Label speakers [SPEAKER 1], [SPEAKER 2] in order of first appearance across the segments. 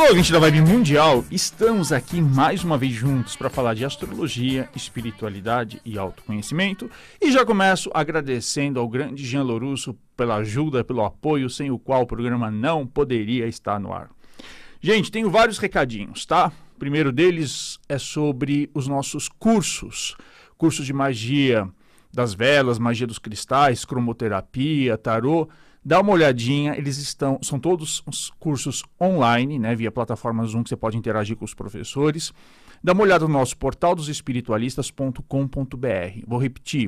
[SPEAKER 1] Alô, ouvinte da Vibe Mundial, estamos aqui mais uma vez juntos para falar de astrologia, espiritualidade e autoconhecimento. E já começo agradecendo ao grande Jean Lorusso pela ajuda, pelo apoio, sem o qual o programa não poderia estar no ar. Gente, tenho vários recadinhos, tá? O primeiro deles é sobre os nossos cursos. Cursos de magia das velas, magia dos cristais, cromoterapia, tarô. Dá uma olhadinha, são todos os cursos online, né, via plataforma Zoom, que você pode interagir com os professores. Dá uma olhada no nosso portaldosespiritualistas.com.br. Vou repetir,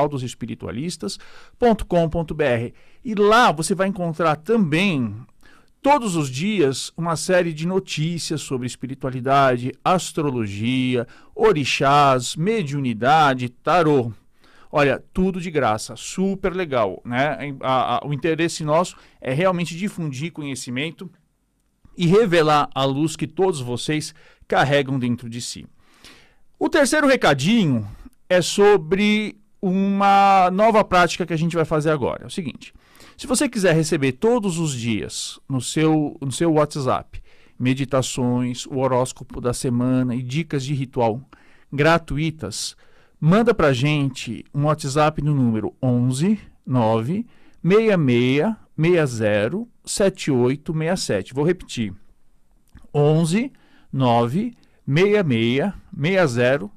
[SPEAKER 1] portaldosespiritualistas.com.br. E lá você vai encontrar também, todos os dias, uma série de notícias sobre espiritualidade, astrologia, orixás, mediunidade, tarô. Olha, tudo de graça, super legal, né? O interesse nosso é realmente difundir conhecimento e revelar a luz que todos vocês carregam dentro de si. O terceiro recadinho é sobre uma nova prática que a gente vai fazer agora. É o seguinte, se você quiser receber todos os dias no seu WhatsApp meditações, o horóscopo da semana e dicas de ritual gratuitas, manda pra gente um WhatsApp no número 11 9 66 60 7867. Vou repetir. 11 9 66 60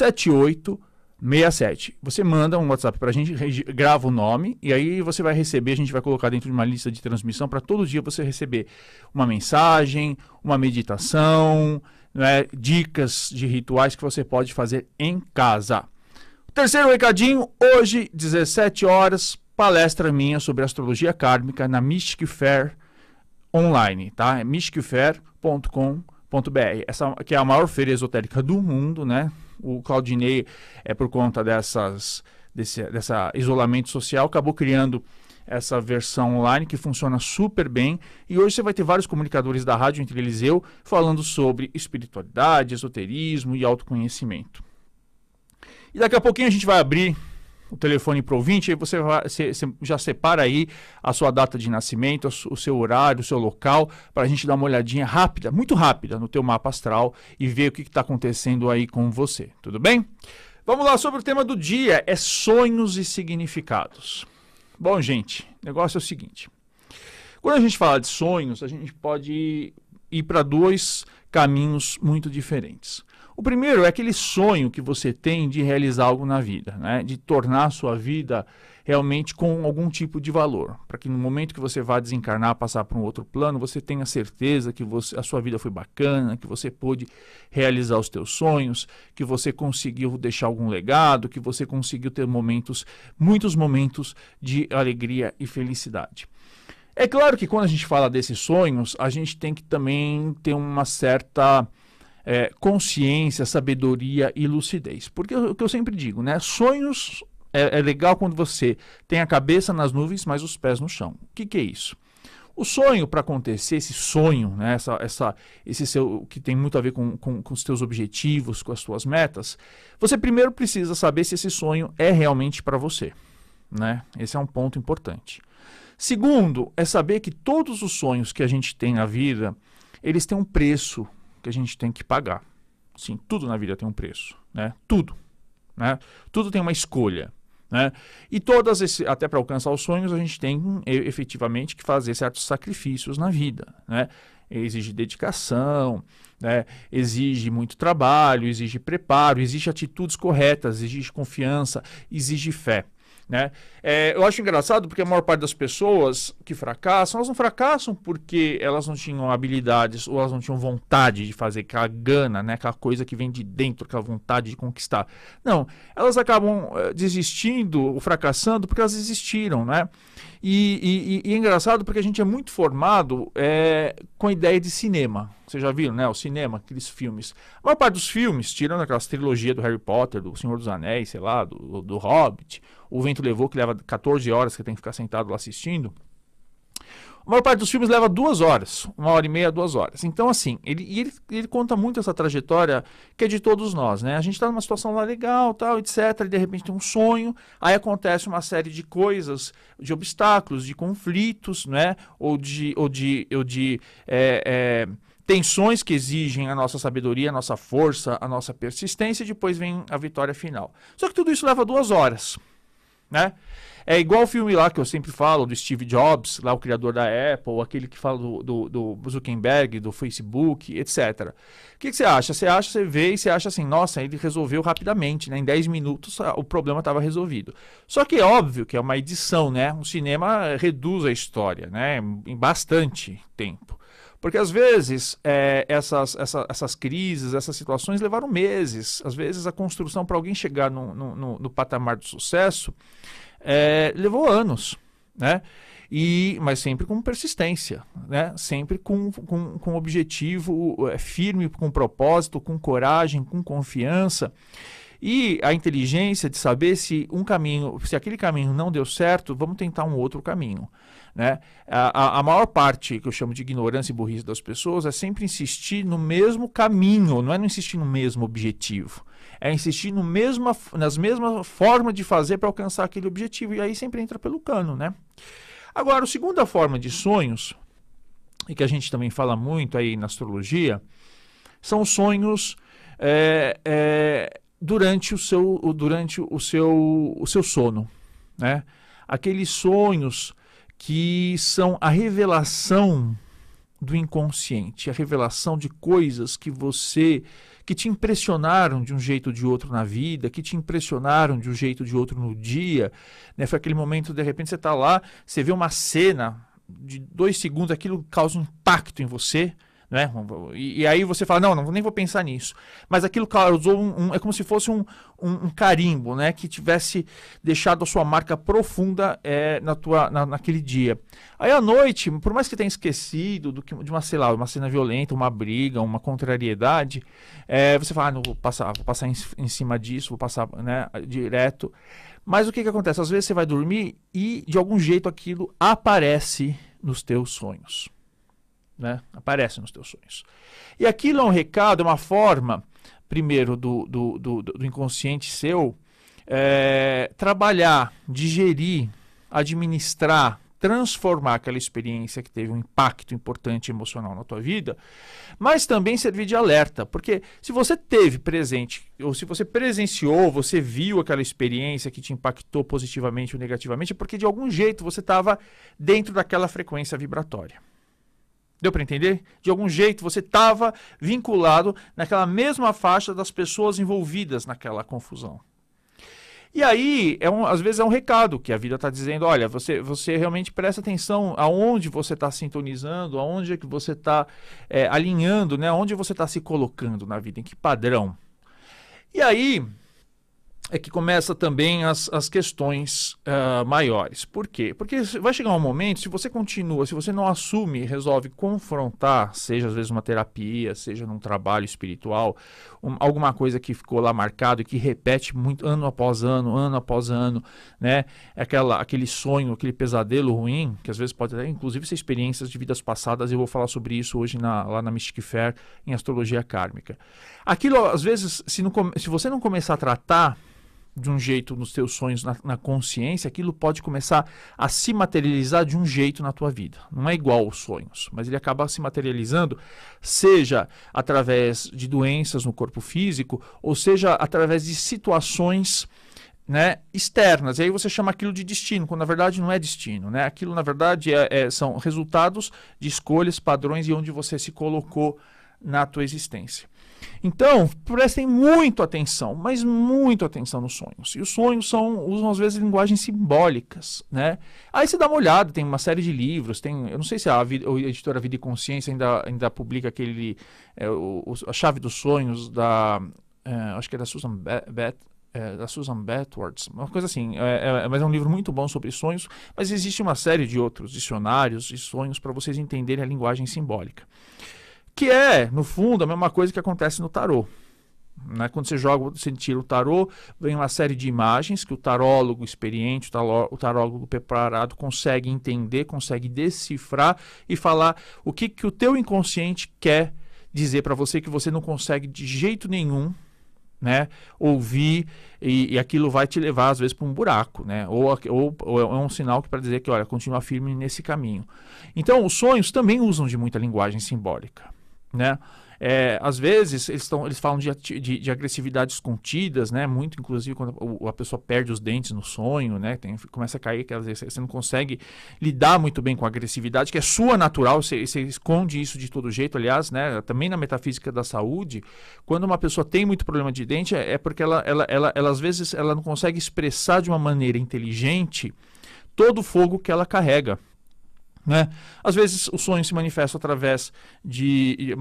[SPEAKER 1] 7867. Você manda um WhatsApp pra gente, grava o nome e aí você vai receber, a gente vai colocar dentro de uma lista de transmissão para todo dia você receber uma mensagem, uma meditação, né, dicas de rituais que você pode fazer em casa. Terceiro recadinho, hoje, 17 horas, palestra minha sobre astrologia kármica na Mystic Fair online, tá? É mysticfair.com.br. Essa que é a maior feira esotérica do mundo, né? O Claudinei, por conta desse isolamento social, acabou criando essa versão online que funciona super bem. E hoje você vai ter vários comunicadores da Rádio Entre Eles e Eu falando sobre espiritualidade, esoterismo e autoconhecimento. E daqui a pouquinho a gente vai abrir o telefone para o ouvinte, aí você já separa aí a sua data de nascimento, o seu horário, o seu local, para a gente dar uma olhadinha rápida, muito rápida, no teu mapa astral e ver o que está acontecendo aí com você, tudo bem? Vamos lá, sobre o tema do dia, é sonhos e significados. Bom, gente, o negócio é o seguinte, quando a gente fala de sonhos, a gente pode ir para dois caminhos muito diferentes. O primeiro é aquele sonho que você tem de realizar algo na vida, né? De tornar a sua vida realmente com algum tipo de valor, para que no momento que você vá desencarnar, passar para um outro plano, você tenha certeza que a sua vida foi bacana, que você pôde realizar os teus sonhos, que você conseguiu deixar algum legado, que você conseguiu ter muitos momentos de alegria e felicidade. É claro que quando a gente fala desses sonhos, a gente tem que também ter uma certa consciência, sabedoria e lucidez. Porque o que eu sempre digo, né? Sonhos é legal quando você tem a cabeça nas nuvens, mas os pés no chão. O que é isso? O sonho, para acontecer, esse sonho, né? Esse seu, que tem muito a ver com os teus objetivos, com as suas metas, você primeiro precisa saber se esse sonho é realmente para você, né? Esse é um ponto importante. Segundo, é saber que todos os sonhos que a gente tem na vida, eles têm um preço que a gente tem que pagar. Sim, tudo na vida tem um preço, né? Tudo, né? Tudo tem uma escolha, né? E até para alcançar os sonhos, a gente tem efetivamente que fazer certos sacrifícios na vida, né? Exige dedicação, né? Exige muito trabalho, exige preparo, exige atitudes corretas, exige confiança, exige fé. Né? Eu acho engraçado porque a maior parte das pessoas que fracassam, elas não fracassam porque elas não tinham habilidades ou elas não tinham vontade de fazer, aquela gana, né? Aquela coisa que vem de dentro, aquela vontade de conquistar. Não, elas acabam desistindo ou fracassando porque elas desistiram, né? E é engraçado porque a gente é muito formado com a ideia de cinema. Vocês já viram, né? O cinema, aqueles filmes. A maior parte dos filmes, tirando aquelas trilogias do Harry Potter, do Senhor dos Anéis, sei lá, do Hobbit, O Vento Levou, que leva 14 horas, que você tem que ficar sentado lá assistindo. A maior parte dos filmes leva 2 horas, 1h30, 2 horas. Então, assim, ele conta muito essa trajetória que é de todos nós, né? A gente está numa situação lá legal, tal, etc. E de repente tem um sonho, aí acontece uma série de coisas, de obstáculos, de conflitos, né? Ou de tensões que exigem a nossa sabedoria, a nossa força, a nossa persistência, e depois vem a vitória final. Só que tudo isso leva 2 horas, né? É igual o filme lá que eu sempre falo, do Steve Jobs, lá o criador da Apple, aquele que fala do Zuckerberg, do Facebook, etc. O que você acha? Você vê e você acha assim, nossa, ele resolveu rapidamente, né? Em 10 minutos o problema estava resolvido. Só que é óbvio que é uma edição, né? O cinema reduz a história, né? Em bastante tempo. Porque às vezes essas crises, essas situações levaram meses. Às vezes a construção para alguém chegar no patamar do sucesso levou anos, né? Mas sempre com persistência, né? Sempre com objetivo firme, com propósito, com coragem, com confiança. E a inteligência de saber se aquele caminho não deu certo, vamos tentar um outro caminho, né? A maior parte que eu chamo de ignorância e burrice das pessoas é sempre insistir no mesmo caminho, não é não insistir no mesmo objetivo. É insistir nas mesmas formas de fazer para alcançar aquele objetivo. E aí sempre entra pelo cano, né? Agora, a segunda forma de sonhos, e que a gente também fala muito aí na astrologia, são sonhos durante o seu sono, né? Aqueles sonhos que são a revelação do inconsciente, a revelação de coisas que te impressionaram de um jeito ou de outro na vida, que te impressionaram de um jeito ou de outro no dia, né? Foi aquele momento, de repente você está lá, você vê uma cena de 2 segundos, aquilo causa um impacto em você, né? E aí você fala, não, nem vou pensar nisso. Mas aquilo causou é como se fosse um carimbo, né? Que tivesse deixado a sua marca profunda naquele dia. Aí à noite, por mais que tenha esquecido de uma cena violenta, uma briga, uma contrariedade, você fala, não, vou passar em cima disso, vou passar, né, direto. Mas o que acontece? Às vezes você vai dormir e de algum jeito aquilo aparece nos teus sonhos. Né? Aparece nos teus sonhos. E aquilo é um recado, é uma forma, primeiro, do inconsciente seu trabalhar, digerir, administrar, transformar aquela experiência que teve um impacto importante emocional na tua vida, mas também servir de alerta, porque se você teve presente, ou se você presenciou, você viu aquela experiência que te impactou positivamente ou negativamente, é porque de algum jeito você estava dentro daquela frequência vibratória. Deu para entender? De algum jeito você estava vinculado naquela mesma faixa das pessoas envolvidas naquela confusão. E aí, às vezes é um recado que a vida está dizendo, olha, você realmente presta atenção aonde você está sintonizando, aonde é que você está alinhando, né? Aonde você está se colocando na vida, em que padrão. E aí é que começa também as questões maiores. Por quê? Porque vai chegar um momento, se você não assume e resolve confrontar, seja às vezes uma terapia, seja num trabalho espiritual, alguma coisa que ficou lá marcado e que repete muito ano após ano, né? Aquele sonho, aquele pesadelo ruim, que às vezes pode até inclusive ser experiências de vidas passadas, eu vou falar sobre isso hoje lá na Mystic Fair, em astrologia kármica. Aquilo, às vezes, se você não começar a tratar de um jeito nos teus sonhos, na consciência, aquilo pode começar a se materializar de um jeito na tua vida. Não é igual aos sonhos, mas ele acaba se materializando, seja através de doenças no corpo físico, ou seja através de situações, né, externas. E aí você chama aquilo de destino, quando na verdade não é destino, né? Aquilo na verdade são resultados de escolhas, padrões e onde você se colocou na tua existência. Então, prestem muito atenção, mas muito atenção nos sonhos. E os sonhos usam às vezes linguagens simbólicas, né? Aí você dá uma olhada, tem uma série de livros, eu não sei se a editora Vida e Consciência ainda publica aquele, a Chave dos Sonhos, acho que é da Susan Betwards, uma coisa assim, mas é um livro muito bom sobre sonhos, mas existe uma série de outros dicionários de sonhos para vocês entenderem a linguagem simbólica. Que é, no fundo, a mesma coisa que acontece no tarô. Né? Quando você tira o tarô, vem uma série de imagens que o tarólogo experiente, o tarólogo preparado consegue entender, consegue decifrar e falar o que o teu inconsciente quer dizer para você, que você não consegue de jeito nenhum, né, ouvir, e aquilo vai te levar às vezes para um buraco, né? Ou é um sinal para dizer que, olha, continua firme nesse caminho. Então os sonhos também usam de muita linguagem simbólica, né? Às vezes eles falam de agressividades contidas, né? Muito, inclusive, quando a pessoa perde os dentes no sonho, né? Começa a cair, que às vezes você não consegue lidar muito bem com a agressividade, que é sua natural, você esconde isso de todo jeito. Aliás, né? Também na metafísica da saúde, quando uma pessoa tem muito problema de dente, é porque ela às vezes ela não consegue expressar de uma maneira inteligente todo o fogo que ela carrega. Né? Às vezes o sonho se manifesta através de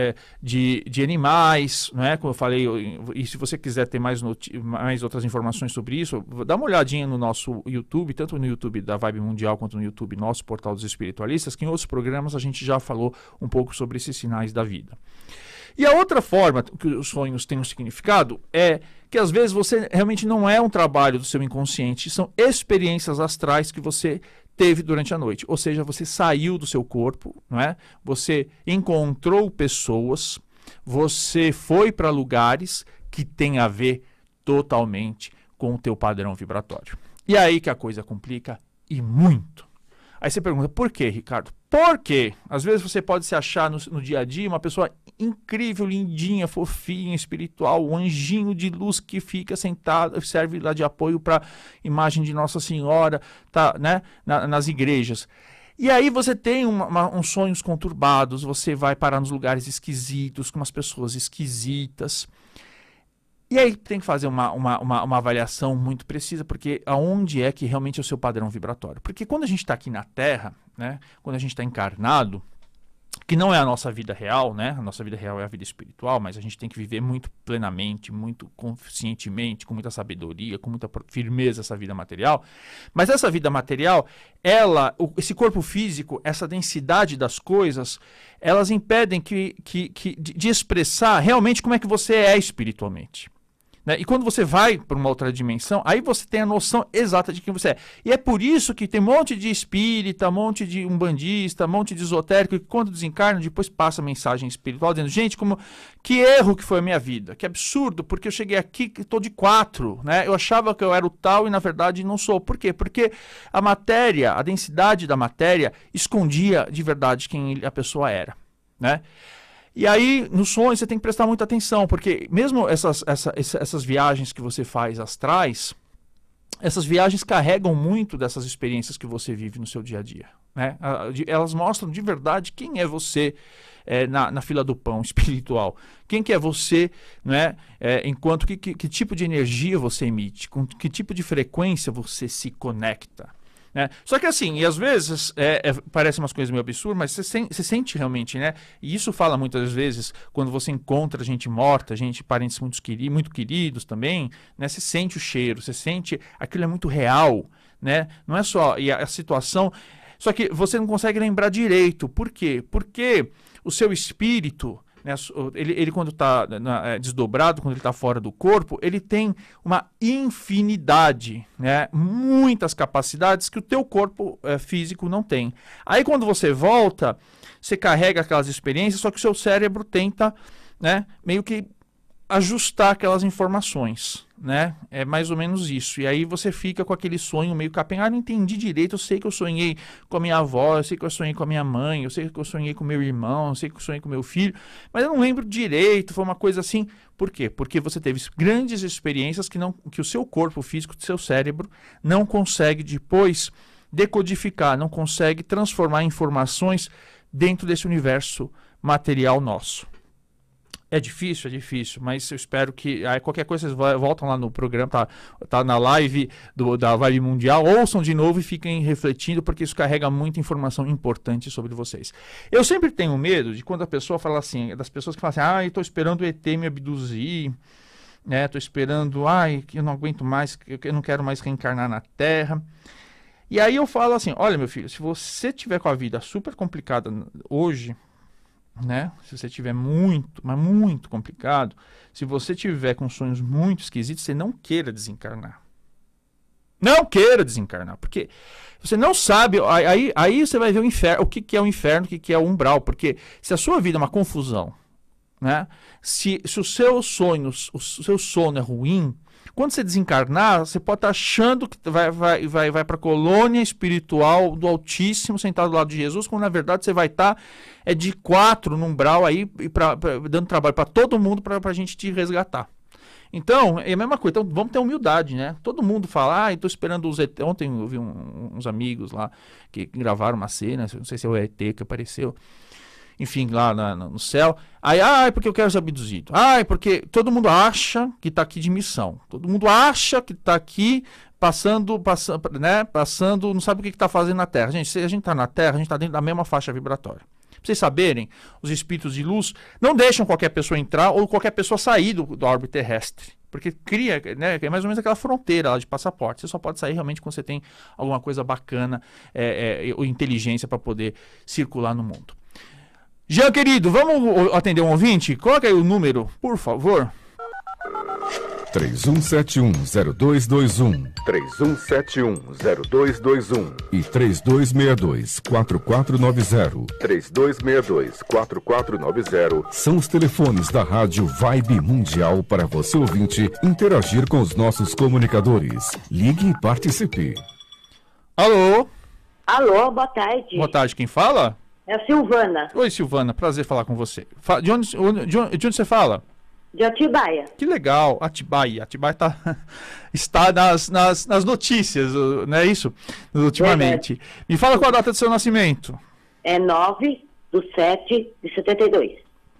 [SPEAKER 1] animais, né? Como eu falei, e se você quiser ter mais outras informações sobre isso, dá uma olhadinha no nosso YouTube, tanto no YouTube da Vibe Mundial quanto no YouTube nosso Portal dos Espiritualistas, que em outros programas a gente já falou um pouco sobre esses sinais da vida. E a outra forma que os sonhos têm um significado é que às vezes você realmente não é um trabalho do seu inconsciente, são experiências astrais que você teve durante a noite. Ou seja, você saiu do seu corpo, não é? Você encontrou pessoas, você foi para lugares que têm a ver totalmente com o teu padrão vibratório. E aí que a coisa complica e muito. Aí você pergunta, por quê, Ricardo? Por quê? Às vezes você pode se achar no dia a dia uma pessoa incrível, lindinha, fofinha, espiritual, um anjinho de luz que fica sentado, serve lá de apoio para a imagem de Nossa Senhora, tá, né, nas igrejas. E aí você tem uns sonhos conturbados, você vai parar nos lugares esquisitos, com umas pessoas esquisitas. E aí tem que fazer uma avaliação muito precisa, porque aonde é que realmente é o seu padrão vibratório? Porque quando a gente está aqui na Terra, né, quando a gente está encarnado, que não é a nossa vida real, né? A nossa vida real é a vida espiritual, mas a gente tem que viver muito plenamente, muito conscientemente, com muita sabedoria, com muita firmeza essa vida material. Mas essa vida material, esse corpo físico, essa densidade das coisas, elas impedem de expressar realmente como é que você é espiritualmente. Né? E quando você vai para uma outra dimensão, aí você tem a noção exata de quem você é. E é por isso que tem um monte de espírita, um monte de umbandista, um monte de esotérico, que quando desencarnam, depois passa mensagem espiritual, dizendo, gente, que erro que foi a minha vida, que absurdo, porque eu cheguei aqui e estou de 4, né? Eu achava que eu era o tal e na verdade não sou. Por quê? Porque a matéria, a densidade da matéria, escondia de verdade quem a pessoa era, né? E aí, no sonho, você tem que prestar muita atenção, porque mesmo essas viagens que você faz astrais, essas viagens carregam muito dessas experiências que você vive no seu dia a dia. Né? Elas mostram de verdade quem é você na fila do pão espiritual. Quem que é você, né? Enquanto que tipo de energia você emite, com que tipo de frequência você se conecta. Né? Só que assim, e às vezes parece umas coisas meio absurdas, mas você sente realmente, né? E isso fala muitas vezes quando você encontra gente morta, parentes muito queridos também, né? Você sente o cheiro, você sente, aquilo é muito real, né? Não é só, e a situação, só que você não consegue lembrar direito. Por quê? Porque o seu espírito, né, ele quando está desdobrado, quando ele está fora do corpo, ele tem uma infinidade, né, muitas capacidades que o teu corpo físico não tem. Aí quando você volta, você carrega aquelas experiências, só que o seu cérebro tenta, né, meio que ajustar aquelas informações, né? É mais ou menos isso. E aí você fica com aquele sonho meio capenga. Não entendi direito, eu sei que eu sonhei com a minha avó, eu sei que eu sonhei com a minha mãe, eu sei que eu sonhei com o meu irmão, eu sei que eu sonhei com o meu filho, mas eu não lembro direito, foi uma coisa assim. Por quê? Porque você teve grandes experiências que o seu corpo físico, o seu cérebro, não consegue depois decodificar, não consegue transformar em informações dentro desse universo material nosso. É difícil, mas eu espero que... Aí qualquer coisa vocês voltam lá no programa, tá na live da Vibe Mundial, ouçam de novo e fiquem refletindo, porque isso carrega muita informação importante sobre vocês. Eu sempre tenho medo de quando a pessoa fala assim, das pessoas que falam assim, eu tô esperando o ET me abduzir, né? Tô esperando, eu não aguento mais, eu não quero mais reencarnar na Terra. E aí eu falo assim, olha meu filho, se você tiver com a vida super complicada hoje, né? Se você tiver muito, mas muito complicado, se você tiver com sonhos muito esquisitos, você não queira desencarnar. Não queira desencarnar, porque você não sabe, aí você vai ver o inferno, o que é o inferno, o que é o umbral, porque se a sua vida é uma confusão, né? Se o seu sono é ruim, Quando você desencarnar, você pode estar achando que vai para a colônia espiritual do Altíssimo, sentado do lado de Jesus, quando na verdade você vai estar de 4 no umbral aí, dando trabalho para todo mundo para a gente te resgatar. Então, é a mesma coisa. Então, vamos ter humildade, né? Todo mundo fala, estou esperando os ET. Ontem eu vi uns amigos lá que gravaram uma cena, não sei se é o ET que apareceu, enfim, lá no céu. Aí, porque eu quero ser abduzido. Porque todo mundo acha que está aqui de missão. Todo mundo acha que está aqui passando, não sabe o que está fazendo na Terra. Gente, se a gente está na Terra, a gente está dentro da mesma faixa vibratória. Pra vocês saberem, os espíritos de luz não deixam qualquer pessoa entrar ou qualquer pessoa sair do orbe terrestre. Porque cria, né, é mais ou menos aquela fronteira lá de passaporte. Você só pode sair realmente quando você tem alguma coisa bacana ou inteligência para poder circular no mundo. Jean, querido, vamos atender um ouvinte? Coloca aí o número, por favor.
[SPEAKER 2] 31710221
[SPEAKER 3] 31710221
[SPEAKER 2] e 3262-4490
[SPEAKER 3] 3262-4490
[SPEAKER 2] são os telefones da Rádio Vibe Mundial para você ouvinte interagir com os nossos comunicadores. Ligue e participe.
[SPEAKER 1] Alô?
[SPEAKER 4] Alô, boa tarde.
[SPEAKER 1] Boa tarde, quem fala?
[SPEAKER 4] É a Silvana.
[SPEAKER 1] Oi, Silvana, prazer falar com você. De onde você fala?
[SPEAKER 4] De Atibaia.
[SPEAKER 1] Que legal, Atibaia. Atibaia está nas notícias, não é isso? Ultimamente. Me fala qual a data do seu nascimento.
[SPEAKER 4] É 9/7/72.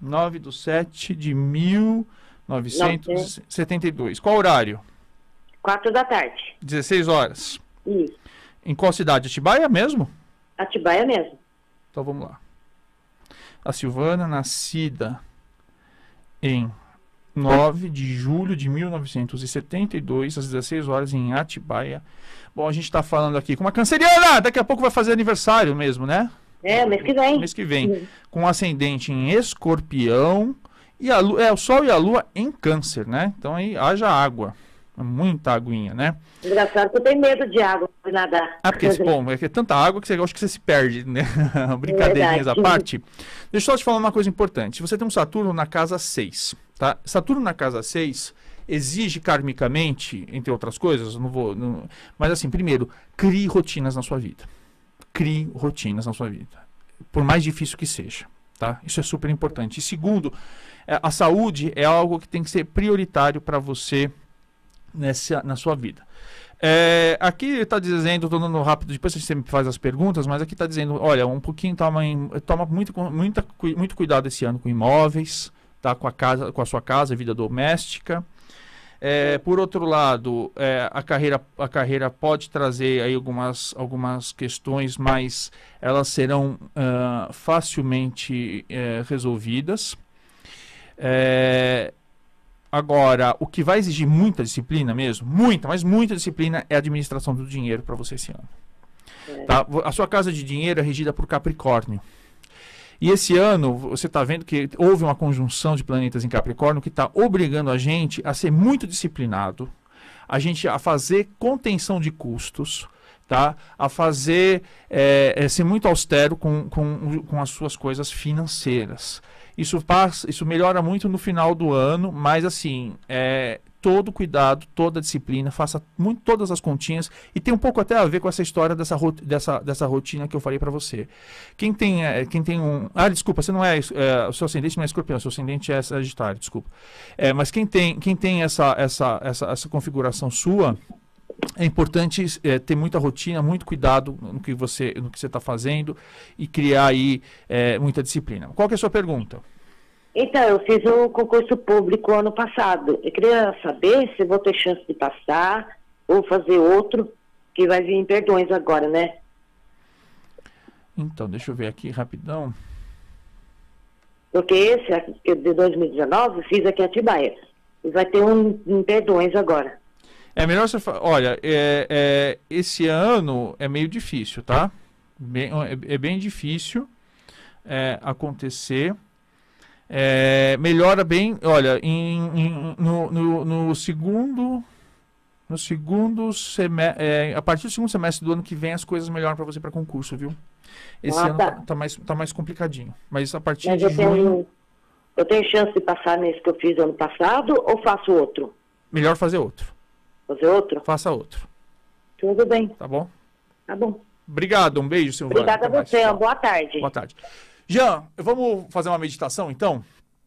[SPEAKER 1] 9/7/1972. Qual horário?
[SPEAKER 4] 4 da tarde.
[SPEAKER 1] 16 horas.
[SPEAKER 4] Isso.
[SPEAKER 1] Em qual cidade? Atibaia mesmo?
[SPEAKER 4] Atibaia mesmo.
[SPEAKER 1] Então vamos lá. A Silvana, nascida em 9 de julho de 1972, às 16 horas, em Atibaia. Bom, a gente está falando aqui com uma canceriana! Daqui a pouco vai fazer aniversário mesmo, né?
[SPEAKER 4] Mês que vem.
[SPEAKER 1] Mês que vem. Com ascendente em Escorpião. E o Sol e a Lua em Câncer, né? Então aí haja água. Muita aguinha, né?
[SPEAKER 4] Engraçado que eu tenho medo de água de nadar.
[SPEAKER 1] Porque, bom, é tanta água que você acha que você se perde, né? Brincadeirinhas à parte. Deixa eu só te falar uma coisa importante. Se você tem um Saturno na casa 6, tá? Saturno na casa 6 exige karmicamente, entre outras coisas, mas assim, primeiro, crie rotinas na sua vida. Crie rotinas na sua vida. Por mais difícil que seja, tá? Isso é super importante. E segundo, a saúde é algo que tem que ser prioritário para você na sua vida. Aqui está dizendo, estou dando rápido, depois você me faz as perguntas, mas aqui está dizendo, olha, um pouquinho, toma muito cuidado esse ano com imóveis, tá? Com a sua casa, vida doméstica. Por outro lado, a carreira pode trazer aí algumas questões, mas elas serão facilmente resolvidas. Agora, o que vai exigir muita disciplina mesmo, mas muita disciplina, é a administração do dinheiro para você esse ano. Tá? A sua casa de dinheiro é regida por Capricórnio. E esse ano, você está vendo que houve uma conjunção de planetas em Capricórnio que está obrigando a gente a ser muito disciplinado, a fazer contenção de custos, tá? A fazer, ser muito austero com as suas coisas financeiras. Isso melhora muito no final do ano, mas assim, todo cuidado, toda disciplina, faça todas as continhas, e tem um pouco até a ver com essa história dessa rotina que eu falei para você. Quem tem desculpa, você não o seu ascendente não é Escorpião, o seu ascendente é Sagitário, desculpa. Mas quem tem essa configuração sua, é importante ter muita rotina, muito cuidado no que você está fazendo e criar aí muita disciplina. Qual que é a sua pergunta?
[SPEAKER 4] Então, eu fiz o concurso público ano passado. Eu queria saber se vou ter chance de passar ou fazer outro, que vai vir em Perdões agora, né?
[SPEAKER 1] Então, deixa eu ver aqui rapidão.
[SPEAKER 4] Porque esse de 2019 eu fiz aqui em Atibaia. E vai ter um em Perdões agora.
[SPEAKER 1] É melhor você falar, olha, esse ano é meio difícil, tá? É bem difícil acontecer. Melhora bem, olha, no segundo semestre, a partir do segundo semestre do ano que vem as coisas melhoram para você para concurso, viu? Esse ano tá mais complicadinho, mas a partir de junho...
[SPEAKER 4] Eu tenho chance de passar nesse que eu fiz ano passado ou faço outro?
[SPEAKER 1] Melhor fazer outro.
[SPEAKER 4] Fazer outro?
[SPEAKER 1] Faça outro.
[SPEAKER 4] Tudo bem.
[SPEAKER 1] Tá bom?
[SPEAKER 4] Tá bom.
[SPEAKER 1] Obrigado, um beijo, Silvana.
[SPEAKER 4] Obrigada a você, uma boa tarde.
[SPEAKER 1] Boa tarde. Jean, vamos fazer uma meditação, então?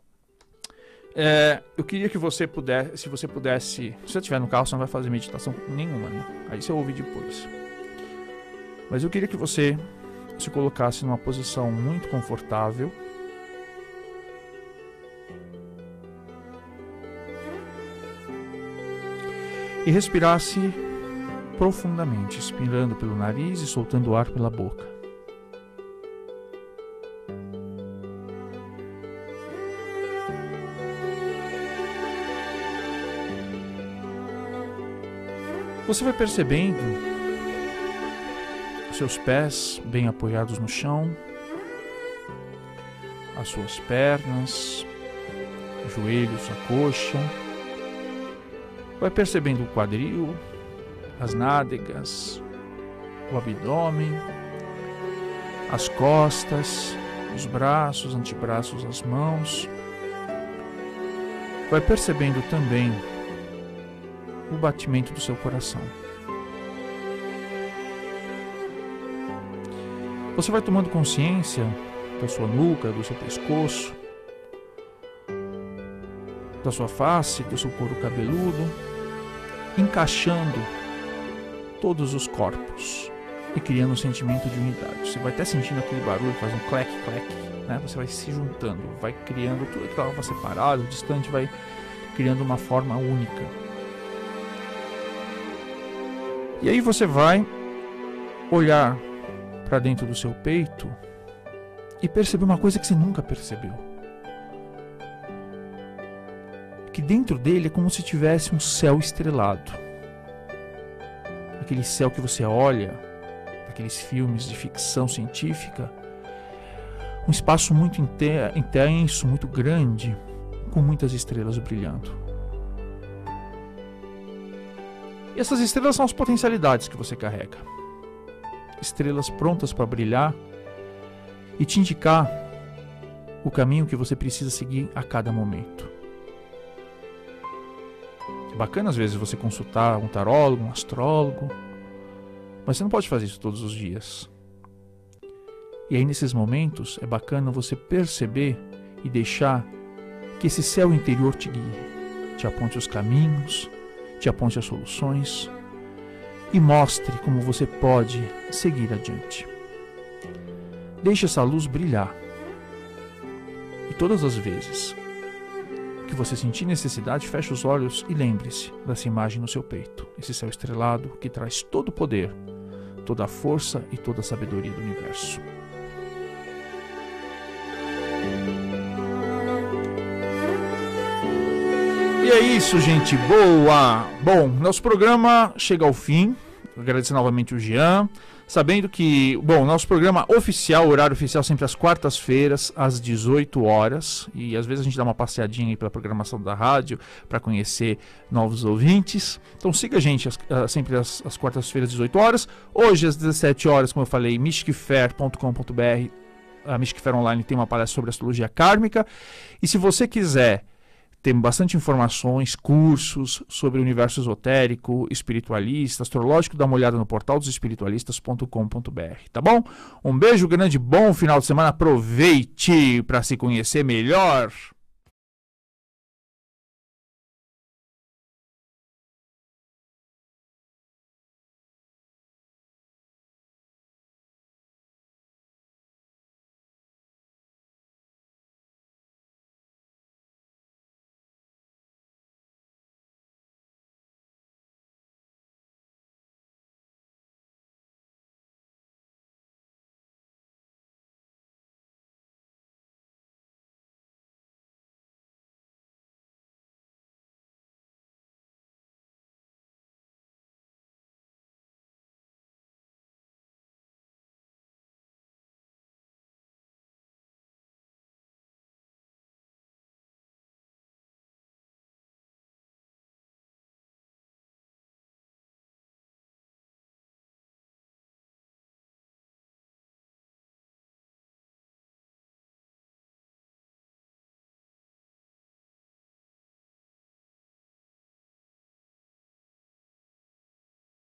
[SPEAKER 1] Eu queria que você pudesse, se você estiver no carro, você não vai fazer meditação nenhuma, né? Aí você ouve depois. Mas eu queria que você se colocasse numa posição muito confortável. E respirasse profundamente, inspirando pelo nariz e soltando o ar pela boca. Você vai percebendo os seus pés bem apoiados no chão, as suas pernas, joelhos, a coxa. Vai percebendo o quadril, as nádegas, o abdômen, as costas, os braços, antebraços, as mãos. Vai percebendo também o batimento do seu coração. Você vai tomando consciência da sua nuca, do seu pescoço, da sua face, do seu couro cabeludo, encaixando todos os corpos e criando um sentimento de unidade. Você vai até sentindo aquele barulho, faz um clec, clec, né? Você vai se juntando, vai criando tudo que estava separado, distante, vai criando uma forma única. E aí você vai olhar para dentro do seu peito e perceber uma coisa que você nunca percebeu. Que dentro dele é como se tivesse um céu estrelado. Aquele céu que você olha, aqueles filmes de ficção científica, um espaço muito intenso, muito grande, com muitas estrelas brilhando. E essas estrelas são as potencialidades que você carrega. Estrelas prontas para brilhar e te indicar o caminho que você precisa seguir a cada momento. É bacana às vezes você consultar um tarólogo, um astrólogo, mas você não pode fazer isso todos os dias. E aí nesses momentos é bacana você perceber e deixar que esse céu interior te guie, te aponte os caminhos, te aponte as soluções e mostre como você pode seguir adiante. Deixe essa luz brilhar. E todas as vezes que você sentir necessidade, feche os olhos e lembre-se dessa imagem no seu peito. Esse céu estrelado que traz todo o poder, toda a força e toda a sabedoria do universo. E é isso, gente boa! Bom, nosso programa chega ao fim. Agradecer novamente o Jean. Sabendo que, bom, nosso programa oficial, horário oficial, sempre às quartas-feiras, às 18 horas. E às vezes a gente dá uma passeadinha aí pela programação da rádio para conhecer novos ouvintes. Então siga a gente sempre às quartas-feiras, às 18 horas. Hoje, às 17 horas, como eu falei, mysticfair.com.br. A Mystic Fair Online tem uma palestra sobre astrologia kármica. E se você quiser tem bastante informações, cursos sobre o universo esotérico, espiritualista, astrológico, dá uma olhada no portal dos espiritualistas.com.br, tá bom? Um beijo grande, bom final de semana, aproveite para se conhecer melhor.